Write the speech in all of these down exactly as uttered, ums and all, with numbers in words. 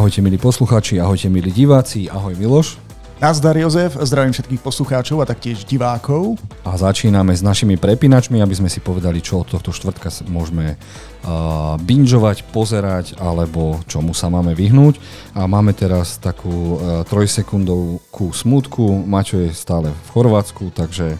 Ahojte milí poslucháči, ahojte milí diváci, ahoj Miloš. Nazdar Jozef, zdravím všetkých poslucháčov a taktiež divákov. A začíname s našimi prepínačmi, aby sme si povedali, čo od tohto štvrtka môžeme uh, binžovať, pozerať, alebo čomu sa máme vyhnúť. A máme teraz takú uh, trojsekundovú smútku. Maťo je stále v Chorvátsku, takže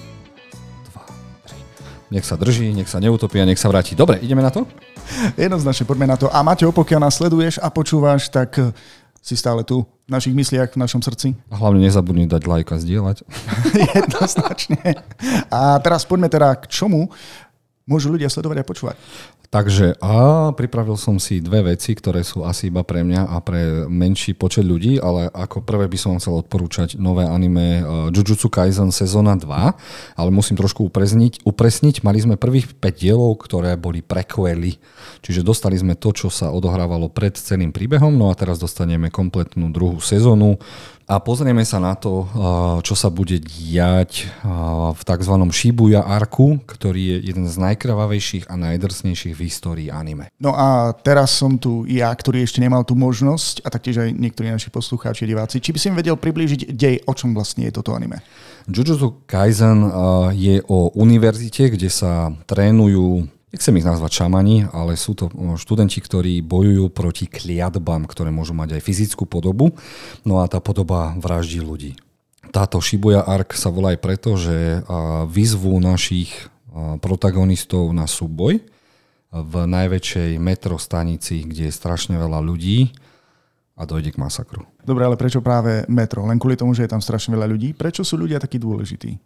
dva, tri. Nech sa drží, nech sa neutopí a nech sa vráti. Dobre, ideme na to? Jednoznačne, poďme na to. A Maťo, pokiaľ nás sleduješ a počúvaš, tak si stále tu, v našich mysliach, v našom srdci. A hlavne nezabudni dať like a zdieľať. Jednoznačne. A teraz poďme teda k čomu môžu ľudia sledovať a počúvať. Takže a pripravil som si dve veci, ktoré sú asi iba pre mňa a pre menší počet ľudí, ale ako prvé by som vám chcel odporúčať nové anime Jujutsu Kaisen sezóna dva, ale musím trošku upresniť. upresniť. Mali sme prvých päť dielov, ktoré boli prequely, čiže dostali sme to, čo sa odohrávalo pred celým príbehom, no a teraz dostaneme kompletnú druhú sezónu. A pozrieme sa na to, čo sa bude diať v tzv. Shibuya arku, ktorý je jeden z najkrvavejších a najdrsnejších v histórii anime. No a teraz som tu ja, ktorý ešte nemal tú možnosť, a taktiež aj niektorí naši poslucháči a diváci. Či by si im vedel priblížiť dej, o čom vlastne je toto anime? Jujutsu Kaisen je o univerzite, kde sa trénujú, nechcem ich nazvať šamani, ale sú to študenti, ktorí bojujú proti kliatbám, ktoré môžu mať aj fyzickú podobu. No a tá podoba vraždí ľudí. Táto Shibuya Arc sa volá aj preto, že vyzvú našich protagonistov na súboj v najväčšej metrostanici, kde je strašne veľa ľudí a dojde k masakru. Dobre, ale prečo práve metro? Len kvôli tomu, že je tam strašne veľa ľudí? Prečo sú ľudia takí dôležití?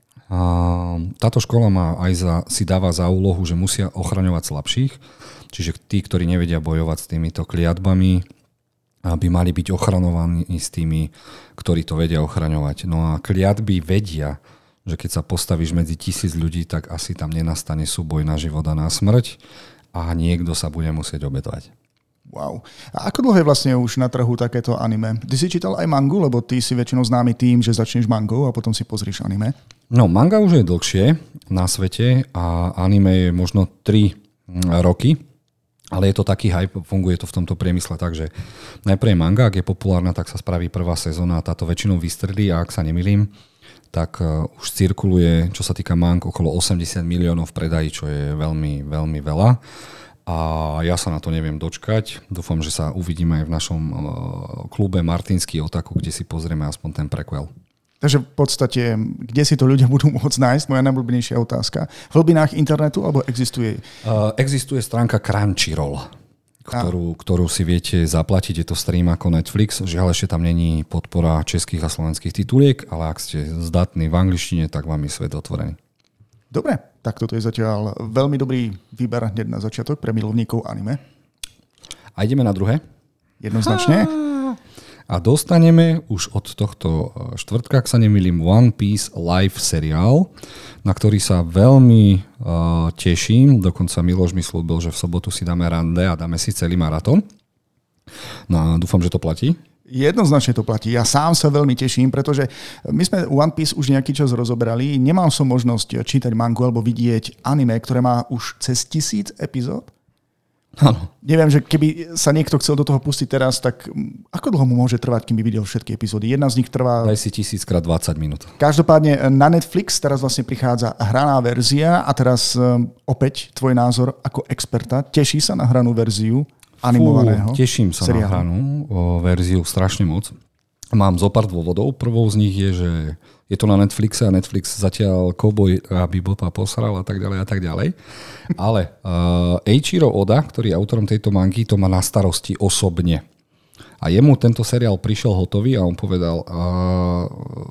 Táto škola má aj za, si dáva za úlohu, že musia ochraňovať slabších, čiže tí, ktorí nevedia bojovať s týmito kliatbami, by mali byť ochranovaní s tými, ktorí to vedia ochraňovať. No a kliatby vedia, že keď sa postavíš medzi tisíc ľudí, tak asi tam nenastane súboj na život a na smrť a niekto sa bude musieť obetovať. Wow. A ako dlho je vlastne už na trhu takéto anime? Ty si čítal aj mangu, lebo ty si väčšinou známy tým, že začneš mangou a potom si pozrieš anime? No, manga už je dlhšie na svete a anime je možno tri roky, ale je to taký hype, funguje to v tomto priemysle tak, že najprv manga, ak je populárna, tak sa spraví prvá sezóna a táto väčšinou vystrelí a ak sa nemýlim, tak už cirkuluje, čo sa týka mang, okolo osemdesiat miliónov v predaji, čo je veľmi, veľmi veľa. A ja sa na to neviem dočkať. Dúfam, že sa uvidíme aj v našom klube Martinský otaku, kde si pozrieme aspoň ten prequel. Takže v podstate, kde si to ľudia budú môcť nájsť? Moja najobľúbenejšia otázka. V hlbinách internetu, alebo existuje? Uh, existuje stránka Crunchyroll, ktorú, ktorú si viete zaplatiť. Je to stream ako Netflix. Žiaľ, ešte tam není podpora českých a slovenských tituliek, ale ak ste zdatní v angličtine, tak vám je svet otvorený. Dobre, tak toto je zatiaľ veľmi dobrý výber hneď na začiatok pre milovníkov anime. A ideme na druhé? Jednoznačne. A dostaneme už od tohto štvrtka, ak sa nemýlim, One Piece live seriál, na ktorý sa veľmi uh, teším. Dokonca Miloš mi slúbil, že v sobotu si dáme rande a dáme si celý maratón. No a dúfam, že to platí. Jednoznačne to platí. Ja sám sa veľmi teším, pretože my sme One Piece už nejaký čas rozoberali. Nemal som možnosť čítať mangu alebo vidieť anime, ktoré má už cez tisíc epizód. Áno. Neviem, že keby sa niekto chcel do toho pustiť teraz, tak ako dlho mu môže trvať, kým by videl všetky epizódy? Jedna z nich trvá... Daj si tisíc krát dvadsať minút. Každopádne na Netflix teraz vlastne prichádza hraná verzia a teraz um, opäť tvoj názor ako experta. Teší sa na hranú verziu animovaného? Fú, teším sa seriálu. Na hranú o, verziu strašne moc. Mám zo pár dôvodov. Prvou z nich je, že je to na Netflixe a Netflix zatiaľ Cowboy a Bebopa posral a tak ďalej a tak ďalej. Ale uh, Eiichiro Oda, ktorý je autorom tejto mangy, to má na starosti osobne. A jemu tento seriál prišiel hotový a on povedal, uh,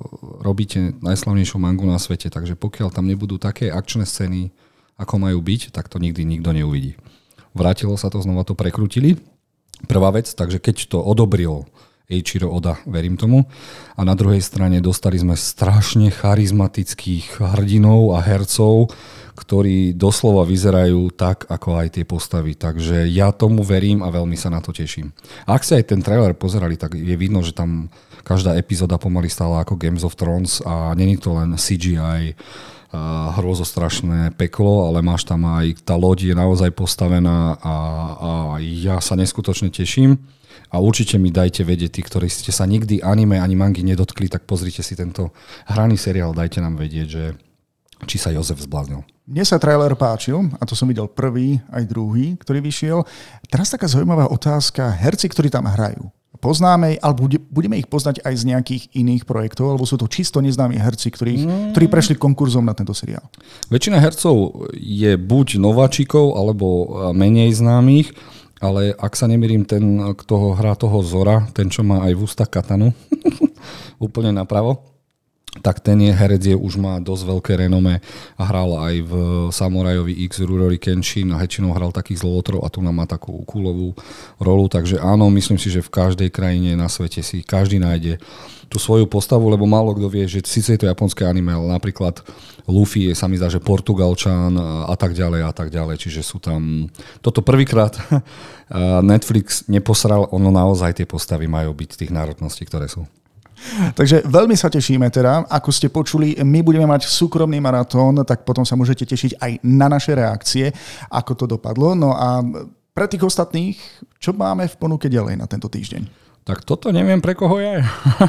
robíte najslavnejšiu mangu na svete, takže pokiaľ tam nebudú také akčné scény, ako majú byť, tak to nikdy nikto neuvidí. Vrátilo sa to, znova to prekrútili. Prvá vec, takže keď to odobril Eiichiro Oda, verím tomu. A na druhej strane dostali sme strašne charizmatických hrdinov a hercov, ktorí doslova vyzerajú tak, ako aj tie postavy. Takže ja tomu verím a veľmi sa na to teším. A ak sa aj ten trailer pozerali, tak je vidno, že tam každá epizóda pomaly stála ako Games of Thrones a není to len C G I hrozostrašné peklo, ale máš tam aj, tá loď je naozaj postavená a, a ja sa neskutočne teším. A určite mi dajte vedieť, tí, ktorí ste sa nikdy anime ani mangy nedotkli, tak pozrite si tento hraný seriál, dajte nám vedieť, že či sa Jozef zbláznil. Mne sa trailer páčil, a to som videl prvý, aj druhý, ktorý vyšiel. Teraz taká zaujímavá otázka, herci, ktorí tam hrajú. Poznáme, alebo budeme ich poznať aj z nejakých iných projektov, alebo sú to čisto neznámi herci, ktorých, mm. ktorí prešli konkurzom na tento seriál? Väčšina hercov je buď nováčikov, alebo menej známych, ale ak sa nemýlim, ten, kto hrá toho Zora, ten, čo má aj v ústach katanu, úplne napravo, tak ten je herec, je, už má dosť veľké renome a hral aj v Samurajovi X, Rurouni Kenshin a väčšinou hral takých zlovotrov a tu nám má takú kúlovú rolu, takže áno, myslím si, že v každej krajine na svete si každý nájde tú svoju postavu, lebo málo kto vie, že síce je to japonské anime, ale napríklad Luffy je, sa mi zdá, že Portugalčan a tak ďalej a tak ďalej, čiže sú tam... Toto prvýkrát Netflix neposral, ono naozaj tie postavy majú byť tých národností, ktoré sú. Takže veľmi sa tešíme teda, ako ste počuli, my budeme mať súkromný maratón, tak potom sa môžete tešiť aj na naše reakcie, ako to dopadlo. No a pre tých ostatných, čo máme v ponuke ďalej na tento týždeň? Tak toto neviem, pre koho je.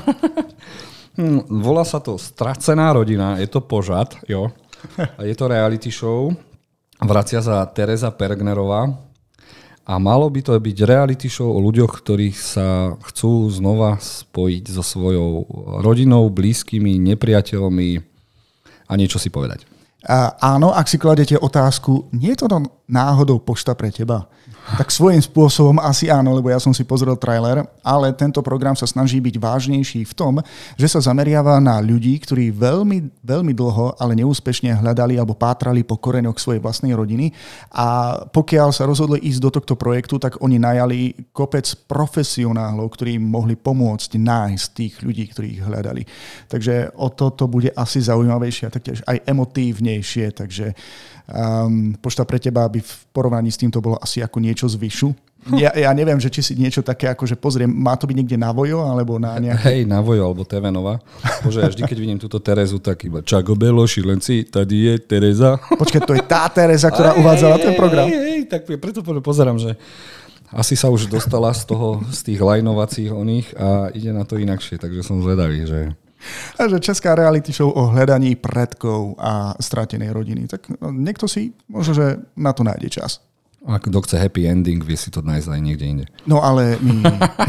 Volá sa to Stracená rodina, je to požad, jo. Je to reality show, vracia sa Teresa Pergnerová. A malo by to byť reality show o ľuďoch, ktorí sa chcú znova spojiť so svojou rodinou, blízkymi, nepriateľmi a niečo si povedať. A áno, ak si kladete otázku, nie je to náhodou pošta pre teba? Tak svojím spôsobom asi áno, lebo ja som si pozrel trailer, ale tento program sa snaží byť vážnejší v tom, že sa zameriava na ľudí, ktorí veľmi, veľmi dlho, ale neúspešne hľadali alebo pátrali po koreňoch svojej vlastnej rodiny a pokiaľ sa rozhodli ísť do tohto projektu, tak oni najali kopec profesionálov, ktorí im mohli pomôcť nájsť tých ľudí, ktorých hľadali. Takže o toto bude asi zaujímavejšie a taktiež aj emotívnejšie, takže um, pošta pre teba by v porovnaní s týmto bolo asi ako niečo z Vyšu. Ja, ja neviem, že či si niečo také, akože pozriem, má to byť niekde na Vojo, alebo na nejaké... Hej, na Vojo, alebo té vé Nova. Bože, ja vždy, keď vidím túto Terezu, tak iba Čago Belo, šilenci, tady je Tereza. Počkaj, to je tá Tereza, ktorá aj, uvádzala aj, ten program. Hej, hej, tak preto pozerám, že asi sa už dostala z toho, z tých lajnovacích oných a ide na to inakšie, takže som zvedavý, že... A že česká reality show o hľadaní predkov a stratenej rodiny. Tak niekto si možno, že na to nájde čas. Ak kto chce happy ending, vie si to nájsť aj niekde inde. No ale my...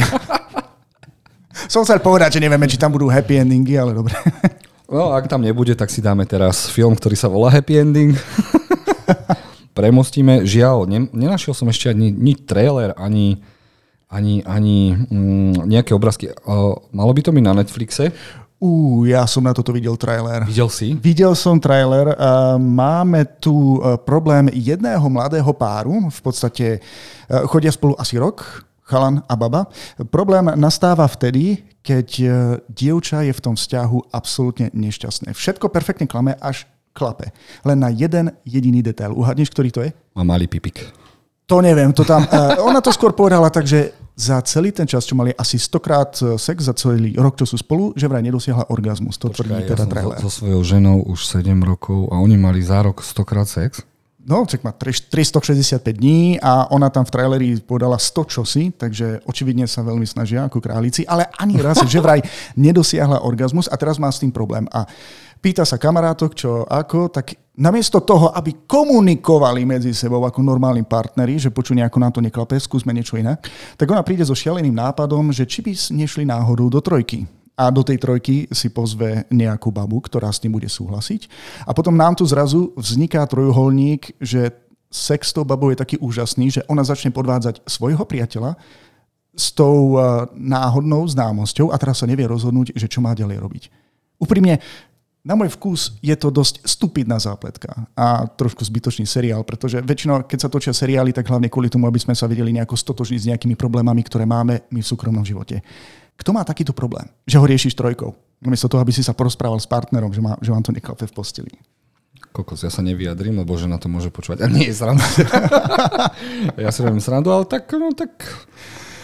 Som chcel povedať, že nevieme, či tam budú happy endingy, ale dobre. No, ak tam nebude, tak si dáme teraz film, ktorý sa volá Happy Ending. Premostíme. Žiaľ, ne, nenašiel som ešte ani, ani trailer, ani, ani, ani mm, nejaké obrázky. Uh, malo by to byť na Netflixe? Ú, ja som na toto videl trailer. Videl si? Videl som trailer. Máme tu problém jedného mladého páru. V podstate chodia spolu asi rok, chalan a baba. Problém nastáva vtedy, keď dievča je v tom vzťahu absolútne nešťastné. Všetko perfektne klame, až klape. Len na jeden jediný detail. Uhadneš, ktorý to je? Má malý pipik. To neviem. To tam, ona to skôr povedala tak, že za celý ten čas, čo mali asi stokrát sex, za celý rok, čo sú spolu, že vraj nedosiahla orgazmus. To tvrdí teda trailer. Ja som so, so svojou ženou už sedem rokov a oni mali za rok stokrát sex? No, tak má tristošesťdesiatpäť dní a ona tam v traileri povedala sto čosi, takže očividne sa veľmi snažia ako králici, ale ani raz, že vraj nedosiahla orgazmus a teraz má s tým problém. A pýta sa kamarátok, čo ako, tak namiesto toho, aby komunikovali medzi sebou ako normálni partneri, že počuj, nejako nám to neklape, skúsme niečo iné, tak ona príde so šialeným nápadom, že či by nešli náhodou do trojky. A do tej trojky si pozve nejakú babu, ktorá s tým bude súhlasiť. A potom nám tu zrazu vzniká trojuholník, že sex s tou babou je taký úžasný, že ona začne podvádzať svojho priateľa s tou náhodnou známosťou a teraz sa nevie rozhodnúť, že čo má ďalej robiť. Úprimne, na môj vkus je to dosť stupidná zápletka a trošku zbytočný seriál, pretože väčšinou, keď sa točia seriály, tak hlavne kvôli tomu, aby sme sa vedeli nejako stotožniť s nejakými problémami, ktoré máme my v súkromnom živote. Kto má takýto problém? Že ho riešiš trojkou? Namiesto toho, aby si sa porozprával s partnerom, že, má, že vám to neklape v posteli. Kokos, ja sa nevyjadrím, lebo žena to môže počúvať. A nie je srandu. Ja si robím srandu, ale tak, no tak...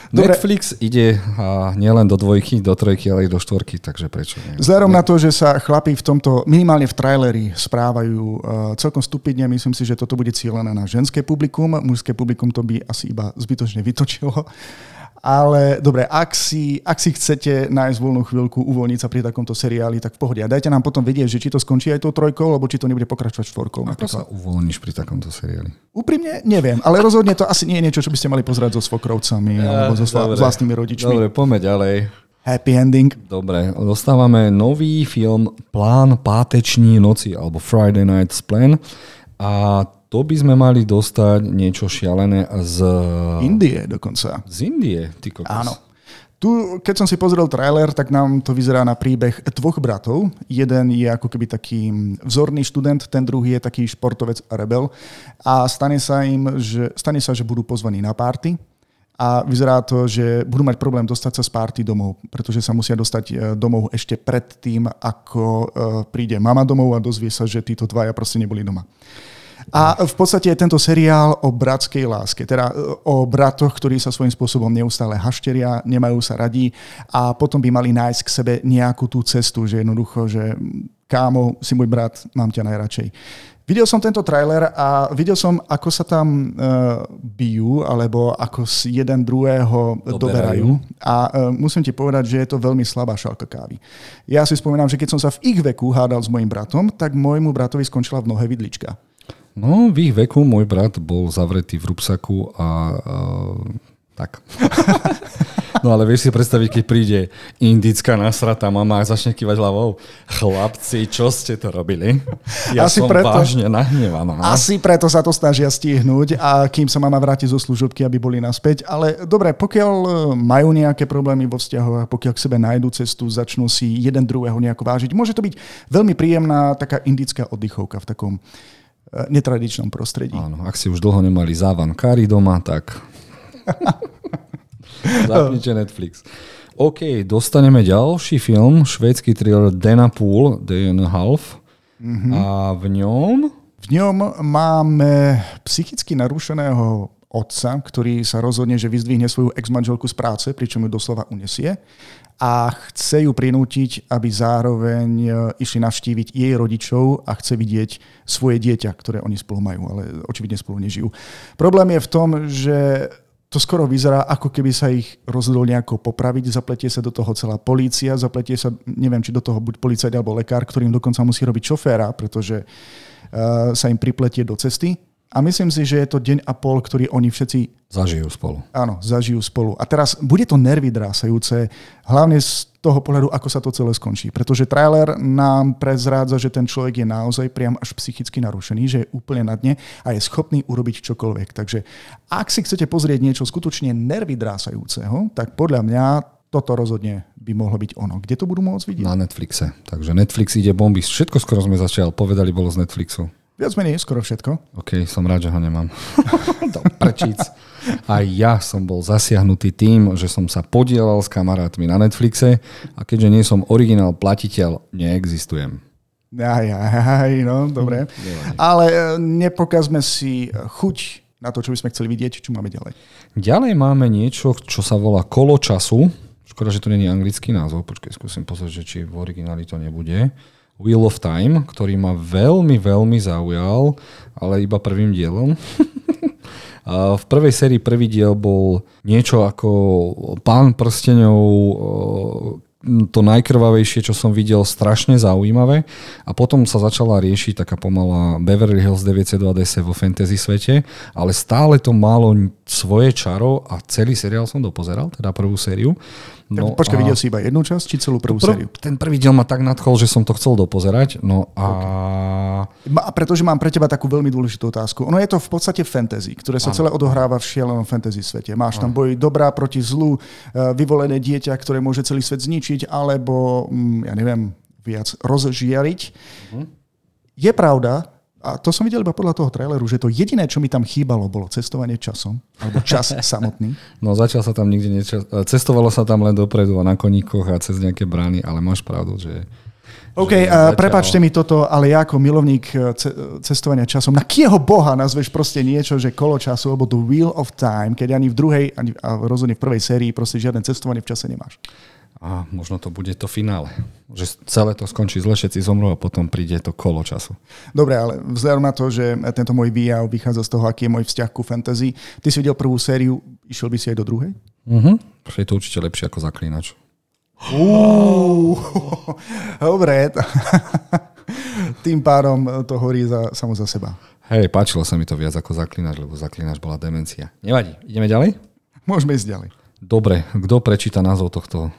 Dobre. Netflix ide a nielen do dvojky, do trojky, ale aj do štvorky, takže prečo nie? Vzhľadom na to, že sa chlapí v tomto, minimálne v traileri, správajú uh, celkom stupidne, myslím si, že toto bude cieľené na ženské publikum, mužské publikum to by asi iba zbytočne vytočilo. Ale dobre, ak si, ak si chcete nájsť voľnú chvíľku, uvoľniť sa pri takomto seriáli, tak v pohode. A dajte nám potom vedieť, že či to skončí aj tou trojkou, alebo či to nebude pokračovať štvorkou. Ako sa uvoľníš pri takomto seriáli? Úprimne neviem, ale rozhodne to asi nie je niečo, čo by ste mali pozerať so svokrovcami ja, alebo so dobre, vlastnými rodičmi. Dobre, poďme ďalej. Happy ending. Dobre, dostávame nový film Plán páteční noci, alebo Friday Night's Plan. A to by sme mali dostať niečo šialené z... Indie dokonca. Z Indie, ty kokos. Áno. Tu, keď som si pozrel trailer, tak nám to vyzerá na príbeh dvoch bratov. Jeden je ako keby taký vzorný študent, ten druhý je taký športovec a rebel. A stane sa im, že, stane sa, že budú pozvaní na party. A vyzerá to, že budú mať problém dostať sa z party domov, pretože sa musia dostať domov ešte pred tým, ako príde mama domov a dozvie sa, že títo dvaja proste neboli doma. A v podstate je tento seriál o bratskej láske, teda o bratoch, ktorí sa svojím spôsobom neustále hašteria, nemajú sa radi a potom by mali nájsť k sebe nejakú tú cestu, že jednoducho, že kámo, si môj brat, mám ťa najradšej. Videl som tento trailer a videl som, ako sa tam uh, bijú, alebo ako si jeden druhého doberajú. doberajú. A uh, musím ti povedať, že je to veľmi slabá šálka kávy. Ja si spomínam, že keď som sa v ich veku hádal s mojim bratom, tak môjmu bratovi skončila v nohe vidlička. No, v ich veku môj brat bol zavretý v rúbsaku a uh, tak. No ale vieš si predstaviť, keď príde indická nasratá mama a začne kývať hlavou. Chlapci, čo ste to robili? Ja asi som preto, vážne nahnevaná. Asi preto sa to snažia stihnúť a kým sa mama vráti zo služobky, aby boli naspäť. Ale dobre, pokiaľ majú nejaké problémy vo vzťahoch a pokiaľ k sebe nájdu cestu, začnú si jeden druhého nejako vážiť. Môže to byť veľmi príjemná taká indická oddychovka v takom netradičnom prostredí. Áno, ak si už dlho nemali závan kári doma, tak zapnite Netflix. OK, dostaneme ďalší film, švédsky thriller Dana Pool, Day and a Half. Mm-hmm. A v ňom? V ňom máme psychicky narušeného otca, ktorý sa rozhodne, že vyzdvihne svoju ex-manželku z práce, pričom ju doslova unesie a chce ju prinútiť, aby zároveň išli navštíviť jej rodičov a chce vidieť svoje dieťa, ktoré oni spolu majú, ale očividne spolu nežijú. Problém je v tom, že to skoro vyzerá, ako keby sa ich rozhodol nejako popraviť, zapletie sa do toho celá polícia, zapletie sa, neviem, či do toho buď policajt alebo lekár, ktorým dokonca musí robiť šoféra, pretože uh, sa im pripletie do cesty. A myslím si, že je to deň a pol, ktorý oni všetci... Zažijú spolu. Áno, zažijú spolu. A teraz bude to nervy drásajúce, hlavne z toho pohľadu, ako sa to celé skončí. Pretože trailer nám prezrádza, že ten človek je naozaj priam až psychicky narušený, že je úplne na dne a je schopný urobiť čokoľvek. Takže ak si chcete pozrieť niečo skutočne nervy drásajúceho, tak podľa mňa toto rozhodne by mohlo byť ono. Kde to budú môcť vidieť? Na Netflixe. Takže Netflix ide bomby. Všetko skoro sme začali, povedali bolo z Netflixu. Viac menej, skoro všetko. OK, som rád, že ho nemám. Do prčíc. A ja som bol zasiahnutý tým, že som sa podielal s kamarátmi na Netflixe a keďže nie som originál platiteľ, neexistujem. Aj, aj, aj, no, dobre. Ale nepokazme si chuť na to, čo by sme chceli vidieť, čo máme ďalej. Ďalej máme niečo, čo sa volá Kolo času. Škoda, že to nie je anglický názov. Počkaj, skúsim pozrieť, že či v origináli to nebude. Wheel of Time, ktorý ma veľmi, veľmi zaujal, ale iba prvým dielom. V prvej sérii prvý diel bol niečo ako Pán prsteňov, to najkrvavejšie, čo som videl, strašne zaujímavé. A potom sa začala riešiť taká pomalá Beverly Hills deväťdesiatdva dé es vo fantasy svete, ale stále to malo svoje čaro a celý seriál som dopozeral, teda prvú sériu. No počkaj, videl si iba jednu časť, či celú prvú prv, sériu? Ten prvý diel ma tak nadchol, že som to chcel dopozerať. No a... Okay. A pretože mám pre teba takú veľmi dôležitú otázku. Ono je to v podstate fantasy, ktoré sa ano. celé odohráva v šialenom fantasy svete. Máš ano. tam boj dobrá proti zlu, vyvolené dieťa, ktoré môže celý svet zničiť, alebo, ja neviem, viac rozžiariť. Uh-huh. Je pravda, a to som videl iba podľa toho traileru, že to jediné, čo mi tam chýbalo, bolo cestovanie časom, alebo čas samotný. No začal sa tam nikde niečo, cestovalo sa tam len dopredu a na koníkoch a cez nejaké brány, ale máš pravdu, že OK, uh, prepáčte mi toto, ale ja ako milovník cestovania časom, na kieho boha nazveš proste niečo, že kolo času, alebo The Wheel of Time, keď ani v druhej, ani a rozhodne v prvej sérii proste žiadne cestovanie v čase nemáš. A možno to bude to finále. Že celé to skončí zle, všetci zomrú a potom príde to kolo času. Dobre, ale vzhľadom na to, že tento môj výjav vychádza z toho, aký je môj vzťah ku fantasy, ty si videl prvú sériu, išiel by si aj do druhej? Mhm, je to určite lepšie ako Zaklínač. Uh, dobre. Tým pádom to horí za, samo za seba. Hej, páčilo sa mi to viac ako Zaklínač, lebo Zaklínač bola demencia. Nevadí, ideme ďalej? Môžeme ísť ďalej. Dobre, kto prečíta názov tohto?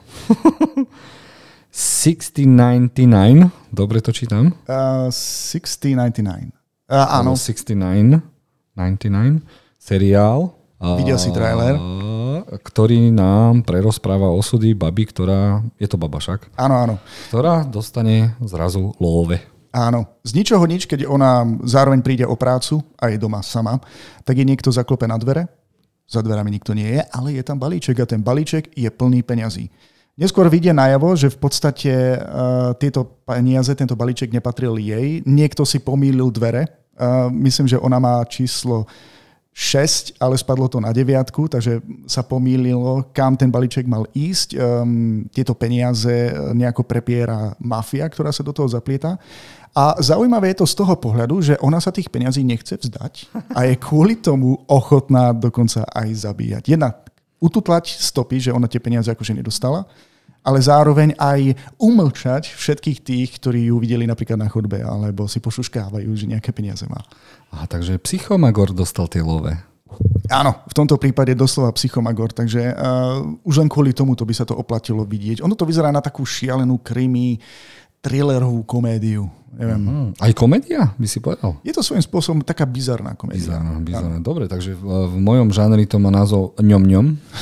šestnásť deväťdesiatdeväť, dobre to čítam? Uh, šestnásť deväťdesiatdeväť. Uh, áno. šestnásť deväťdesiatdeväť, seriál. Videl si trailer? Ktorý nám prerozpráva osudy baby, ktorá, je to baba však? Áno, áno. Ktorá dostane zrazu love. Áno. Z ničoho nič, keď ona zároveň príde o prácu a je doma sama, tak jej niekto zaklope na dvere. Za dverami nikto nie je, ale je tam balíček a ten balíček je plný peňazí. Neskôr vidie najavo, že v podstate uh, tieto peniaze, tento balíček nepatril jej. Niekto si pomýlil dvere. Uh, myslím, že ona má číslo šesť, ale spadlo to na deviatku, takže sa pomýlilo, kam ten balíček mal ísť. Um, tieto peniaze nejako prepiera mafia, ktorá sa do toho zaplieta. A zaujímavé je to z toho pohľadu, že ona sa tých peňazí nechce vzdať a je kvôli tomu ochotná dokonca aj zabíjať. Jedna ututlať stopy, že ona tie peniaze akože nedostala, ale zároveň aj umlčať všetkých tých, ktorí ju videli napríklad na chodbe alebo si pošuškávajú, že nejaké peniaze má. Aha, takže Psychomagor dostal tie love. Áno, v tomto prípade doslova Psychomagor, takže uh, už len kvôli tomu to by sa to oplatilo vidieť. Ono to vyzerá na takú šialenú krimi, thrillerovú komédiu. Neviem. Uh-huh. Aj komédia, by si povedal? Je to svojím spôsobom taká bizarná komédia. Bizarná, bizarná. Dobre, takže v, v mojom žánri to má názov ňom ňom.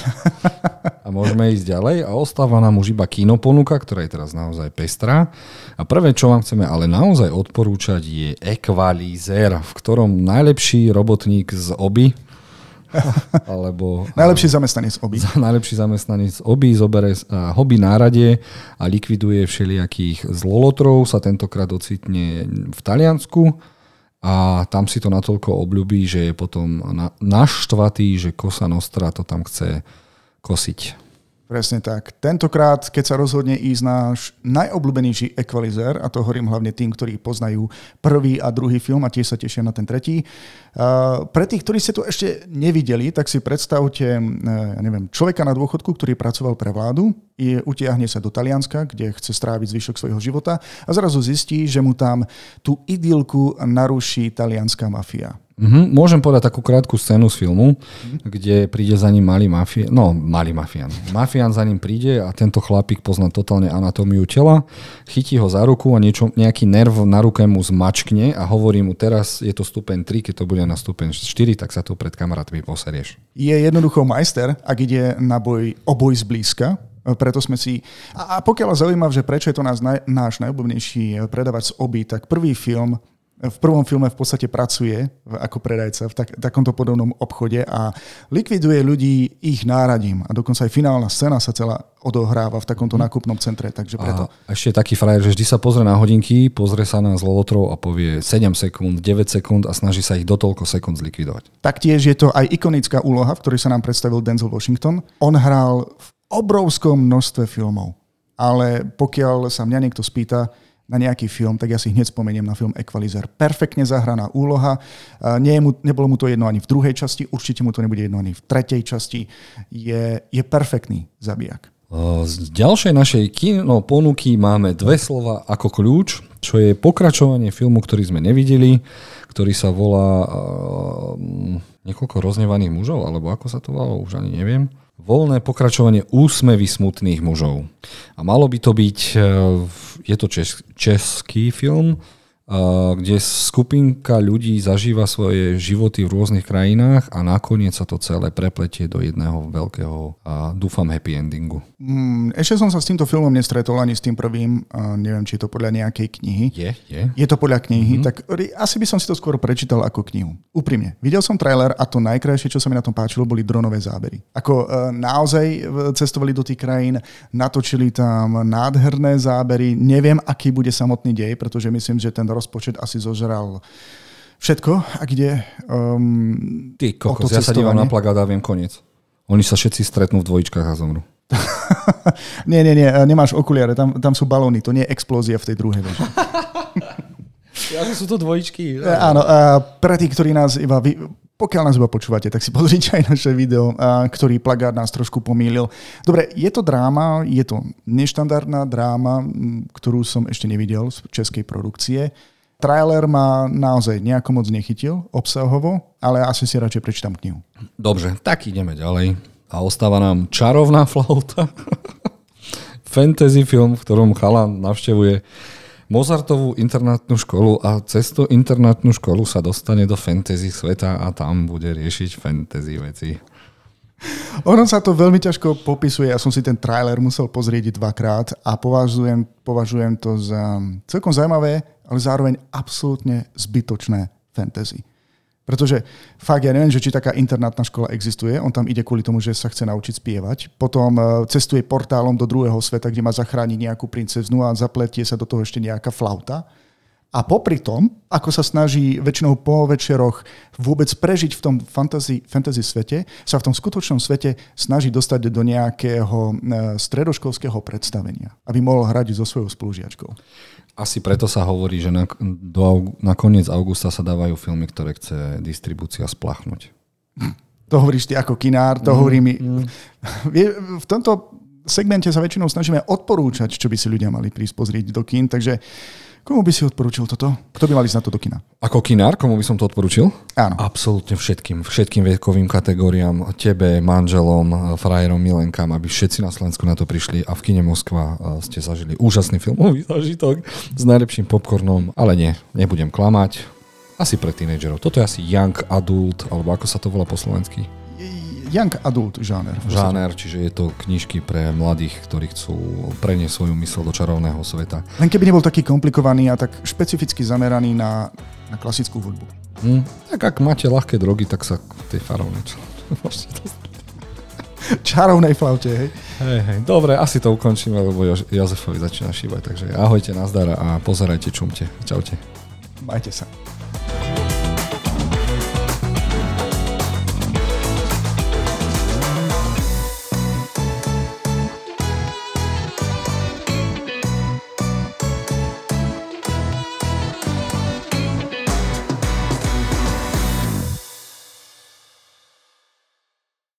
A môžeme ísť ďalej. A ostáva nám už iba kinoponuka, ktorá je teraz naozaj pestrá. A prvé, čo vám chceme ale naozaj odporúčať, je Equalizer, v ktorom najlepší robotník z Obi alebo najlepší zamestnanec Obi. Najlepší zamestnanec Obi zobere hobby nárade a likviduje všelijakých zlolotrov, sa tentokrát ocitne v Taliansku a tam si to natoľko obľúbi, že je potom naštvatý, že Cosa Nostra to tam chce kosiť. Presne tak. Tentokrát, keď sa rozhodne ísť náš najobľúbenejší Equalizer, a to hovorím hlavne tým, ktorí poznajú prvý a druhý film a tiež sa tešia na ten tretí. Uh, pre tých, ktorí ste to ešte nevideli, tak si predstavte, uh, ja neviem, človeka na dôchodku, ktorý pracoval pre vládu, je, utiahne sa do Talianska, kde chce stráviť zvyšok svojho života a zrazu zistí, že mu tam tú idylku naruší talianská mafia. Mm-hmm. Môžem povedať takú krátku scénu z filmu, mm-hmm. kde príde za ním malý mafián, no malý mafián. Mafián za ním príde a tento chlapík pozná totálne anatómiu tela, chytí ho za ruku a niečo, nejaký nerv na ruke mu zmačkne a hovorí mu, teraz je to stupeň tri, keď to bude na stupeň štyri, tak sa tu pred kamarátmi poserieš. Je jednoducho majster, ak ide na boj oboj zblízka. Preto sme si... A pokiaľ zaujímavé, že prečo je to náš, naj, náš najobľúbenejší predavač z Obi, tak prvý film... V prvom filme v podstate pracuje ako predajca v tak, takomto podobnom obchode a likviduje ľudí ich náradím. A dokonca aj finálna scéna sa celá odohráva v takomto nákupnom centre. Takže preto... A ešte taký frajer, že vždy sa pozrie na hodinky, pozrie sa na zlolotrov a povie sedem sekúnd, deväť sekúnd a snaží sa ich do toľko sekúnd zlikvidovať. Taktiež je to aj ikonická úloha, v ktorej sa nám predstavil Denzel Washington. On hral v obrovskom množstve filmov. Ale pokiaľ sa mňa niekto spýta na nejaký film, tak ja si hneď spomeniem na film Equalizer. Perfektne zahraná úloha. Nie je mu, nebolo mu to jedno ani v druhej časti, určite mu to nebude jedno ani v tretej časti. Je, je perfektný zabijak. Z ďalšej našej kino ponuky máme dve slova ako kľúč, čo je pokračovanie filmu, ktorý sme nevideli, ktorý sa volá uh, niekoľko roznevaných mužov, alebo ako sa to volalo, už ani neviem. Voľné pokračovanie Úsmevy smutných mužov. A malo by to byť, je to čes, český film, kde skupinka ľudí zažíva svoje životy v rôznych krajinách a nakoniec sa to celé prepletie do jedného veľkého a dúfam happy endingu. Mm, ešte som sa s týmto filmom nestretol ani s tým prvým. Uh, neviem, či je to podľa nejakej knihy. Je, je. Je to podľa knihy, mm-hmm. tak asi by som si to skôr prečítal ako knihu. Úprimne. Videl som trailer a to najkrajšie, čo sa mi na tom páčilo, boli dronové zábery. Ako uh, naozaj cestovali do tých krajín, natočili tam nádherné zábery. Neviem, aký bude samotný dej, pretože myslím, že ten rozpočet asi zožral všetko. A kde... Um, Ty kokos, ja sa dívam na plagát a viem koniec. Oni sa všetci stretnú v dvojičkách a zomru. nie, nie, nie, nemáš okuliare, tam, tam sú balóny, to nie je explózia v tej druhej veži. Ja, sú to dvojičky. Áno, a pre tých, ktorí nás iba... Vy, pokiaľ nás iba počúvate, tak si pozrite aj naše video, a, ktorý plagát nás trošku pomýlil. Dobre, je to dráma, je to neštandardná dráma, ktorú som ešte nevidel z českej produkcie. Trailer ma naozaj nejako moc nechytil obsahovo, ale asi si radšej prečítam knihu. Dobre, tak ideme ďalej. A ostáva nám Čarovná flauta. Fantasy film, v ktorom chalan navštevuje Mozartovú internátnu školu a cez tú internátnu školu sa dostane do fantasy sveta a tam bude riešiť fantasy veci. Ono sa to veľmi ťažko popisuje. Ja som si ten trailer musel pozrieť dvakrát a považujem, považujem to za celkom zaujímavé, ale zároveň absolútne zbytočné fantasy. Pretože fakt, ja neviem, že či taká internátna škola existuje, on tam ide kvôli tomu, že sa chce naučiť spievať, potom cestuje portálom do druhého sveta, kde má zachrániť nejakú princeznu a zapletie sa do toho ešte nejaká flauta. A popri tom, ako sa snaží väčšinou po večeroch vôbec prežiť v tom fantasy, fantasy svete, sa v tom skutočnom svete snaží dostať do nejakého stredoškolského predstavenia, aby mohol hrať so svojou spolužiačkou. Asi preto sa hovorí, že na, do, na koniec augusta sa dávajú filmy, ktoré chce distribúcia splachnúť. To hovoríš ty ako kinár, to mm, hovorí mi. Mm. V tomto segmente sa väčšinou snažíme odporúčať, čo by si ľudia mali prísť pozrieť do kín, takže komu by si odporúčil toto? Kto by mal ísť na to do kina? Ako kinár, komu by som to odporúčil? Áno. Absolútne všetkým. Všetkým vekovým kategóriám. Tebe, manželom, frajerom, milenkám, aby všetci na Slovensku na to prišli a v kine Moskva ste zažili úžasný filmový zážitok s najlepším popcornom. Ale nie, nebudem klamať. Asi pre tínedžerov. Toto je asi young adult, alebo ako sa to volá po slovensky? Young adult žáner. Žáner, čiže je to knižky pre mladých, ktorí chcú preniesť svoju mysl do čarovného sveta. Len keby nebol taký komplikovaný a tak špecificky zameraný na, na klasickú hudbu. Hm, tak ak máte ľahké drogy, tak sa tej farovnej čarovnej flaute, hej? Hej, hej. Dobre, asi to ukončíme, lebo Jo- Jozefovi začína šíbať. Takže ahojte, nazdar a pozerajte, čumte. Čaute. Majte sa.